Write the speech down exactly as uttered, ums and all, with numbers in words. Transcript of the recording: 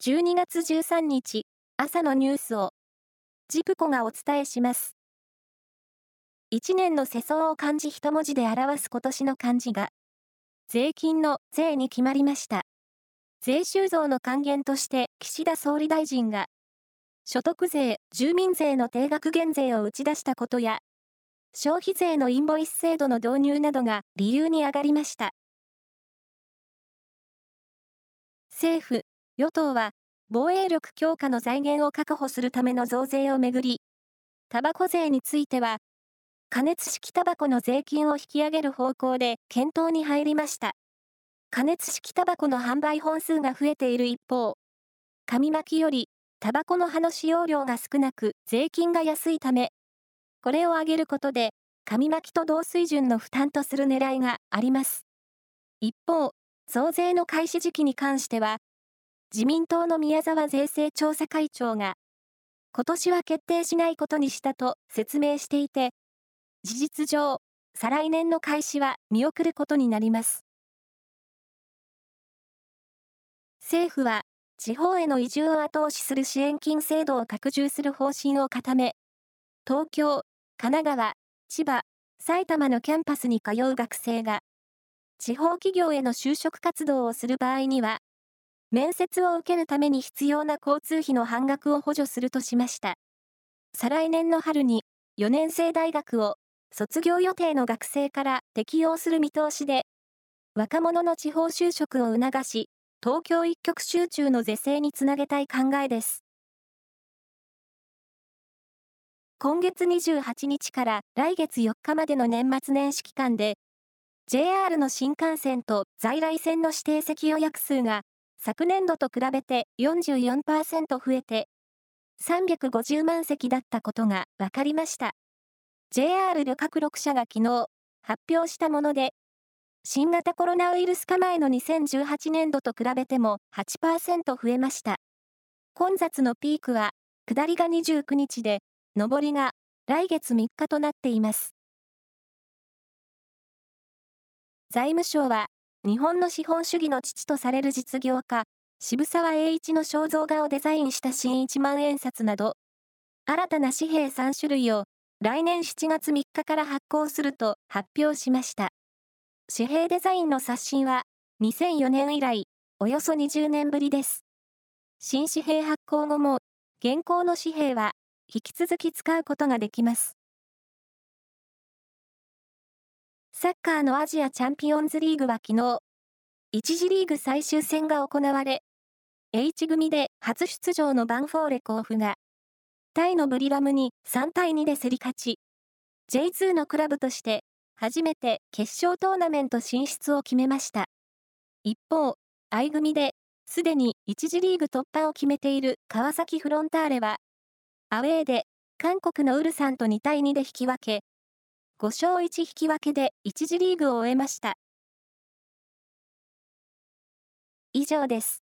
じゅうにがつじゅうさんにち、朝のニュースを、ジプコがお伝えします。いちねんの世相を漢字一文字で表す今年の漢字が、税金の税に決まりました。税収増の還元として岸田総理大臣が、所得税、住民税の定額減税を打ち出したことや、消費税のインボイス制度の導入などが理由に挙がりました。政府、与党は、防衛力強化の財源を確保するための増税をめぐり、タバコ税については、加熱式タバコの税金を引き上げる方向で検討に入りました。加熱式タバコの販売本数が増えている一方、紙巻きよりタバコの葉の使用量が少なく税金が安いため、これを上げることで、紙巻きと同水準の負担とする狙いがあります。一方、増税の開始時期に関しては、自民党の宮沢税制調査会長が、今年は決定しないことにしたと説明していて、事実上、再来年の開始は見送ることになります。政府は、地方への移住を後押しする支援金制度を拡充する方針を固め、東京、神奈川、千葉、埼玉のキャンパスに通う学生が、地方企業への就職活動をする場合には、面接を受けるために必要な交通費の半額を補助するとしました。再来年の春によねん生大学を卒業予定の学生から適用する見通しで、若者の地方就職を促し、東京一極集中の是正につなげたい考えです。今月にじゅうはちにちから来月よっかまでの年末年始期間で、ジェイアール の新幹線と在来線の指定席予約数が、昨年度と比べて よんじゅうよんパーセント 増えて、さんびゃくごじゅうまんせきだったことが分かりました。ジェイアール 旅客ろくしゃが昨日、発表したもので、新型コロナウイルス禍前のにせんじゅうはちねんどと比べても はちパーセント 増えました。混雑のピークは、下りがにじゅうくにちで、上りが来月みっかとなっています。財務省は、日本の資本主義の父とされる実業家、渋沢栄一の肖像画をデザインした新いちまんえんさつなど、新たな紙幣さんしゅるいを来年しちがつみっかから発行すると発表しました。紙幣デザインの刷新はにせんよねん以来、およそにじゅうねんぶりです。新紙幣発行後も、現行の紙幣は引き続き使うことができます。サッカーのアジアチャンピオンズリーグは昨日、いち次リーグ最終戦が行われ、H 組で初出場のバンフォーレ甲府が、タイのブリラムにさんたいにで競り勝ち、ジェイツー のクラブとして初めて決勝トーナメント進出を決めました。一方、I 組ですでにいち次リーグ突破を決めている川崎フロンターレは、アウェーで韓国のウルサンとにたいにで引き分け、ごしょういち引き分けでいち次リーグを終えました。以上です。